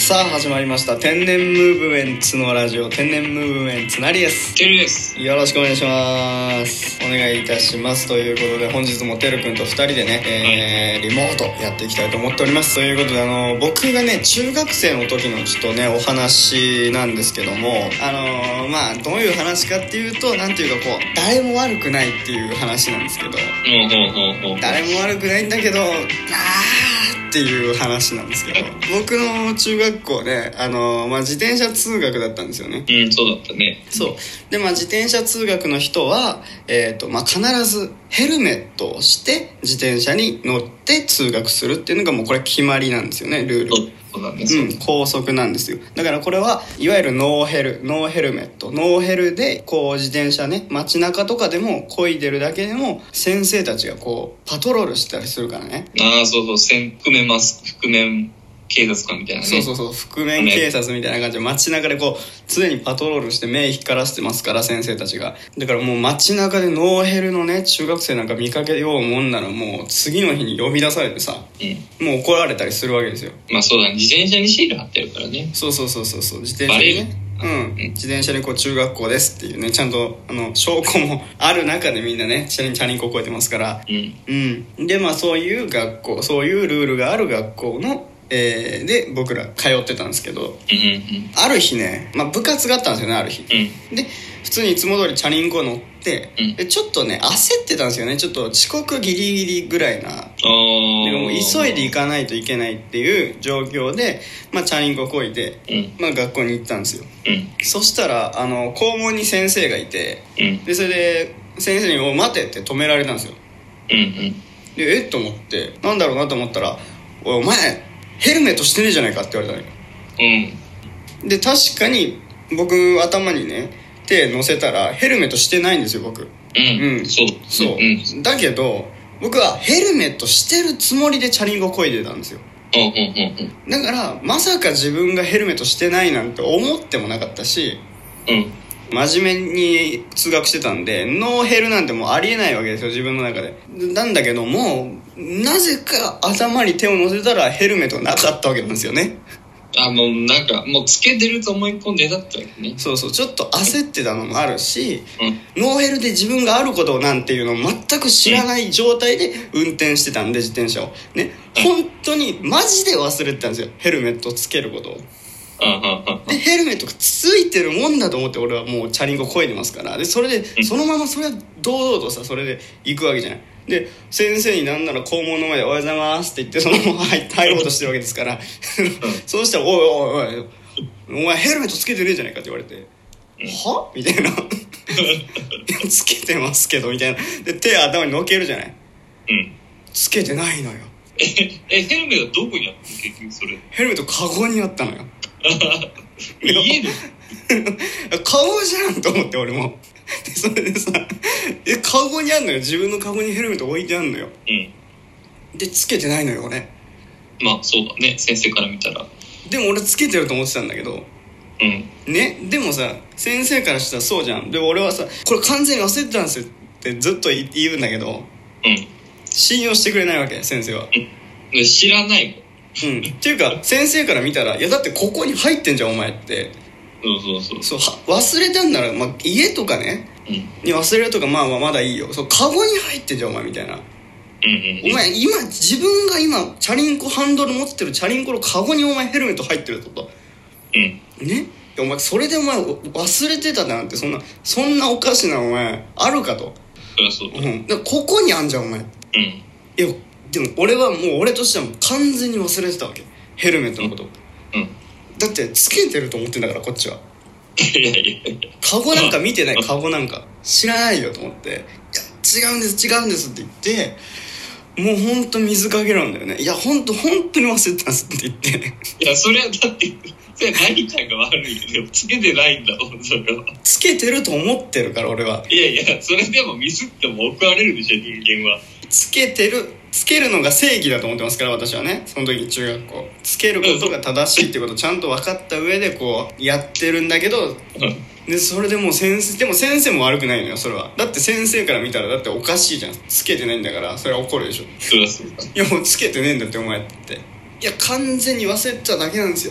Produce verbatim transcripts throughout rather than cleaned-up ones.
さあ始まりました天然ムーブメンツのラジオ、天然ムーブメンツなりです。 てるです。 よろしくお願いします。お願いいたします。ということで本日もてるくんとふたりでね、えーはい、リモートやっていきたいと思っております。ということであの僕がね中学生の時のちょっとねお話なんですけども、あのー、まあどういう話かっていうと、なんていうかこう誰も悪くないっていう話なんですけど、誰も悪くないんだけどあーっていう話なんですけど、僕の中学校で、あのーまあ、自転車通学だったんですよね。 うん、そうだったね。 そうで、まあ、自転車通学の人は、えーとまあ、必ずヘルメットをして自転車に乗って通学するっていうのがもうこれ決まりなんですよね、ルール。 そうだね、 うん、校則なんですよ。だからこれはいわゆるノーヘルノーヘルメットノーヘルでこう自転車ね、街中とかでも漕いでるだけでも先生たちがこうパトロールしたりするからね。 ああ、そうそう、覆面マスク、覆面警察官みたいなね。 そうそうそう、覆面警察みたいな感じで街中でこう常にパトロールして目光らせてますから、先生たちが。だからもう街中でノーヘルのね中学生なんか見かけようもんならもう次の日に呼び出されてさ、うん、もう怒られたりするわけですよ。 まあそうだね、自転車にシール貼ってるからね。 そうそうそうそうそう、自転車にね、うん、自転車にこう中学校ですっていうね、ちゃんとあの証拠もある中でみんなねチャリンチャリンコ超えてますから、うん、うん、でまあそういう学校、そういうルールがある学校のえー、で僕ら通ってたんですけど、うんうんうん、ある日ね、まあ、部活があったんですよね、ある日、うん、で普通にいつも通りチャリンコ乗って、うん、でちょっとね焦ってたんですよね。ちょっと遅刻ギリギリぐらいな、でも急いで行かないといけないっていう状況で、まあ、チャリンコこいで、うんまあ、学校に行ったんですよ、うん、そしたらあの校門に先生がいて、うん、でそれで先生に「お待て」って止められたんですよ、うんうん、でえっと思ってなんだろうなと思ったら「おいお前ヘルメットしてねえじゃないか」って言われたのよ、うん、で確かに僕頭にね手乗せたらヘルメットしてないんですよ僕、うんうん、そうそう、うん、だけど僕はヘルメットしてるつもりでチャリンコこいでたんですよ、うんうんうん、だからまさか自分がヘルメットしてないなんて思ってもなかったし、うん真面目に通学してたんでノーヘルなんてもうありえないわけですよ自分の中で。なんだけどもなぜか頭に手を乗せたらヘルメットがなかったわけなんですよね。 あもうなんかもうつけてると思い込んでたってわけね。そうそう、ちょっと焦ってたのもあるし、うん、ノーヘルで自分があることなんていうのを全く知らない状態で運転してたんで自転車をね、うん、本当にマジで忘れてたんですよヘルメットをつけることを。でヘルメットがついてるもんだと思って俺はもうチャリンコこいでますから、でそれでそのままそれは堂々とさそれで行くわけじゃない。で先生になんなら校門の前で「おはようございます」って言ってそのまま入ろうとしてるわけですからそうしたら「おいおいおいお前ヘルメットつけてねえじゃないか」って言われて「は?」みたいなつけてますけどみたいなで手頭にのけるじゃない、うん、つけてないのよ。 ええヘルメットどこにあったの結局それ。 ヘルメットカゴにあったのよ家でカゴじゃんと思って俺もでそれでさえカゴにあんのよ、自分のカゴにヘルメット置いてあんのよ、うん、でつけてないのよ俺。 まあそうだね先生から見たら。 でも俺つけてると思ってたんだけど、うんね、でもさ先生からしたらそうじゃん。で俺はさこれ完全に忘れてたんですよってずっと言うんだけど、うん、信用してくれないわけ先生は、 うん、知らないもんうん、っていうか先生から見たらいやだってここに入ってんじゃんお前って。 そうそうそうそう忘れたんなら、まあ、家とかね、うん、に忘れるとかまあまあまだいいよ。そうカゴに入ってんじゃんお前みたいな、うんうんうん、お前今自分が今チャリンコハンドル持ってるチャリンコのカゴにお前ヘルメット入ってるってこと、うん、ねお前それでお前忘れてたなんてそんなそんなおかしなお前あるかと。 そうそう、 うん、だからここにあんじゃんお前、うん、いやでも俺はもう俺としてはもう完全に忘れてたわけヘルメットのこと、うんうん、だってつけてると思ってんだからこっちは。いやいやいやカゴなんか見てない、カゴなんか知らないよと思って、いや違うんです違うんですって言ってもうほんと水かけるんだよね。いやほんとほんとに忘れてたんですって言っていやそれはだってそれ何ちゃんが悪いけどつけてないんだもんそれは。 つけてると思ってるから俺は。 いやいやそれでもミスっても怒られるでしょ人間は。 つけてるつけるのが正義だと思ってますから私はね。その時中学校つけることが正しいってことをちゃんと分かった上でこうやってるんだけど、でそれでもう先生でも先生も悪くないのよそれは。だって先生から見たらだっておかしいじゃん、つけてないんだから。それは怒るでしょ。 そうそういやもうつけてねえんだってお前って。いや完全に忘れてただけなんですよって 、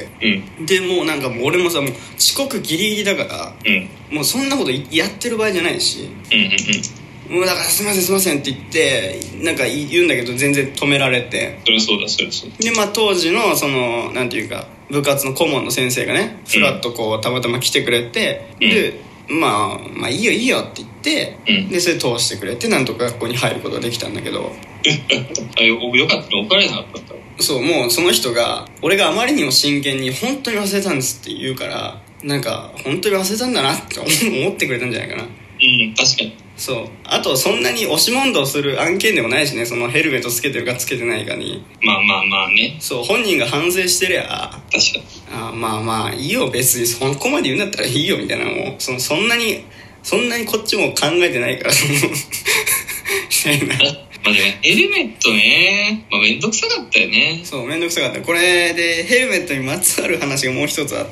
うん、 でもうなんかもう俺もさもう遅刻ギリギリだから、 うん、 もうそんなことやってる場合じゃないし、 うんうんうん、 もうだからすいませんすいませんって言ってなんか言うんだけど全然止められて、 そりゃそうだそりゃそうだ。 でまあ当時のそのなんていうか部活の顧問の先生がねフラッとこうたまたま来てくれて、うん、でまあまあいいよいいよって言って、うん、でそれ通してくれてなんとか学校に入ることができたんだけどあよよかったね、怒られなかったんだ。 そうもうその人が俺があまりにも真剣に本当に忘れたんですって言うからなんか本当に忘れたんだなって思ってくれたんじゃないかな。 うん確かに。 そうあとそんなに押し問答する案件でもないしね、そのヘルメットつけてるかつけてないかに。 まあまあまあね。 そう本人が反省してりゃ確かにあまあまあいいよ別にそこまで言うんだったらいいよみたいな、もうそのそんなにそんなにこっちも考えてないからそのみたいなまあね、ヘルメットね、まあ、めんどくさかったよね。 そうめんどくさかった。これでヘルメットにまつわる話がもう一つあって、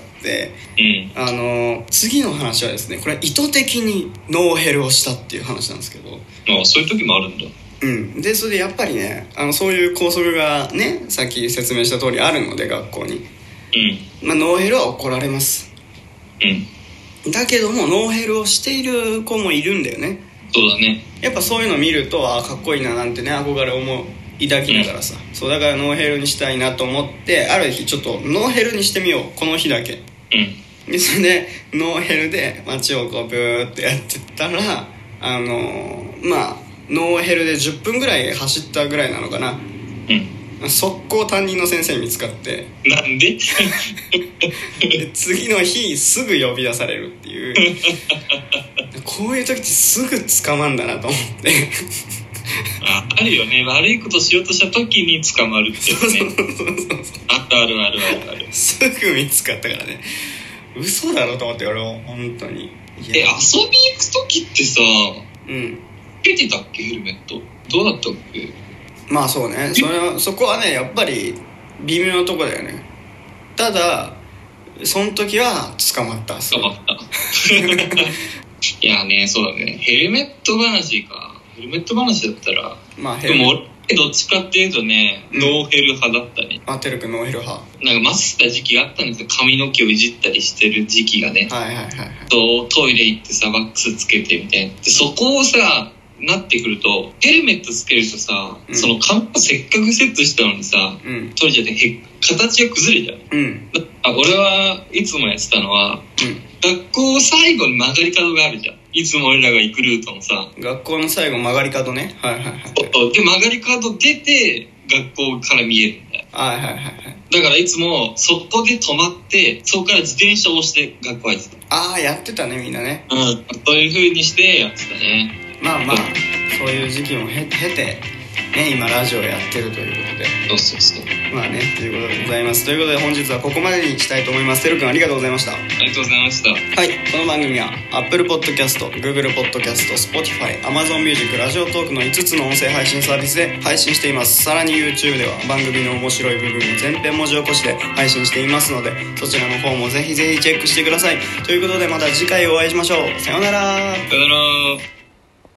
うん、 あの次の話はですね、これ意図的にノーヘルをしたっていう話なんですけど、 ああそういう時もあるんだ。 うん、でそれでやっぱりねあのそういう校則がねさっき説明した通りあるので学校に、うんまあ、ノーヘルは怒られます、うん、だけどもノーヘルをしている子もいるんだよね。 そうだね。 やっぱそういうの見るとあかっこいいななんてね憧れ思う抱きながらさ、うん、そうだからノーヘルにしたいなと思ってある日ちょっとノーヘルにしてみようこの日だけ、うん、でそれでノーヘルで街をこうブーってやってったらあのー、まあノーヘルでじゅっぷんぐらい走ったぐらいなのかな、うん、速攻担任の先生に見つかってなんでで次の日すぐ呼び出されるっていうこういう時ってすぐ捕まんだなと思ってあ, あるよね、悪いことしようとした時に捕まるってやつね。そうそうそうそうあるあるあるあるあるすぐ見つかったからね、嘘だろと思って俺も本当に。 え遊び行く時ってさ、うんつけてたっけヘルメット。どうだったっけ。 まあそうね、それはそこはねやっぱり微妙なとこだよね。ただその時は捕まった捕まったいやねそうだね、ヘルメット話か。ヘルメット話だったらまあでも俺どっちかっていうとね、うん、ノーヘル派だったね。 あてるくんノーヘル派。 なんかマスした時期があったんですよ、髪の毛をいじったりしてる時期がね。 はいはいはい、はい、 とトイレ行ってさワックスつけてみたいな。でそこをさなってくるとヘルメットつけるとさ、うん、その髪をせっかくセットしたのにさ、うん、取れちゃってへ形が崩れちゃう、うん、あ俺はいつもやってたのは、うん、学校最後に曲がり角があるじゃん、いつも俺らが行くルートのさ学校の最後曲がり角ね、はいはいはい、 で曲がり角出て学校から見えるんだよ。 はいはいはいはい。 だからいつもそこで止まってそこから自転車を押して学校入ってた。 ああやってたねみんなね。 うんそういう風にしてやってたね。 まあまあそういう時期も経てね今ラジオやってるということで、 そうそうそうまあねということでございます。ということで本日はここまでにしたいと思います。てるくんありがとうございました。 ありがとうございました。 はいこの番組は Apple Podcast、Google Podcast、Spotify、Amazon Music、ラジオトークのいつつの音声配信サービスで配信しています。さらに YouTube では番組の面白い部分を全編文字起こしで配信していますのでそちらの方もぜひぜひチェックしてください。ということでまた次回お会いしましょう。さようなら。 さようなら。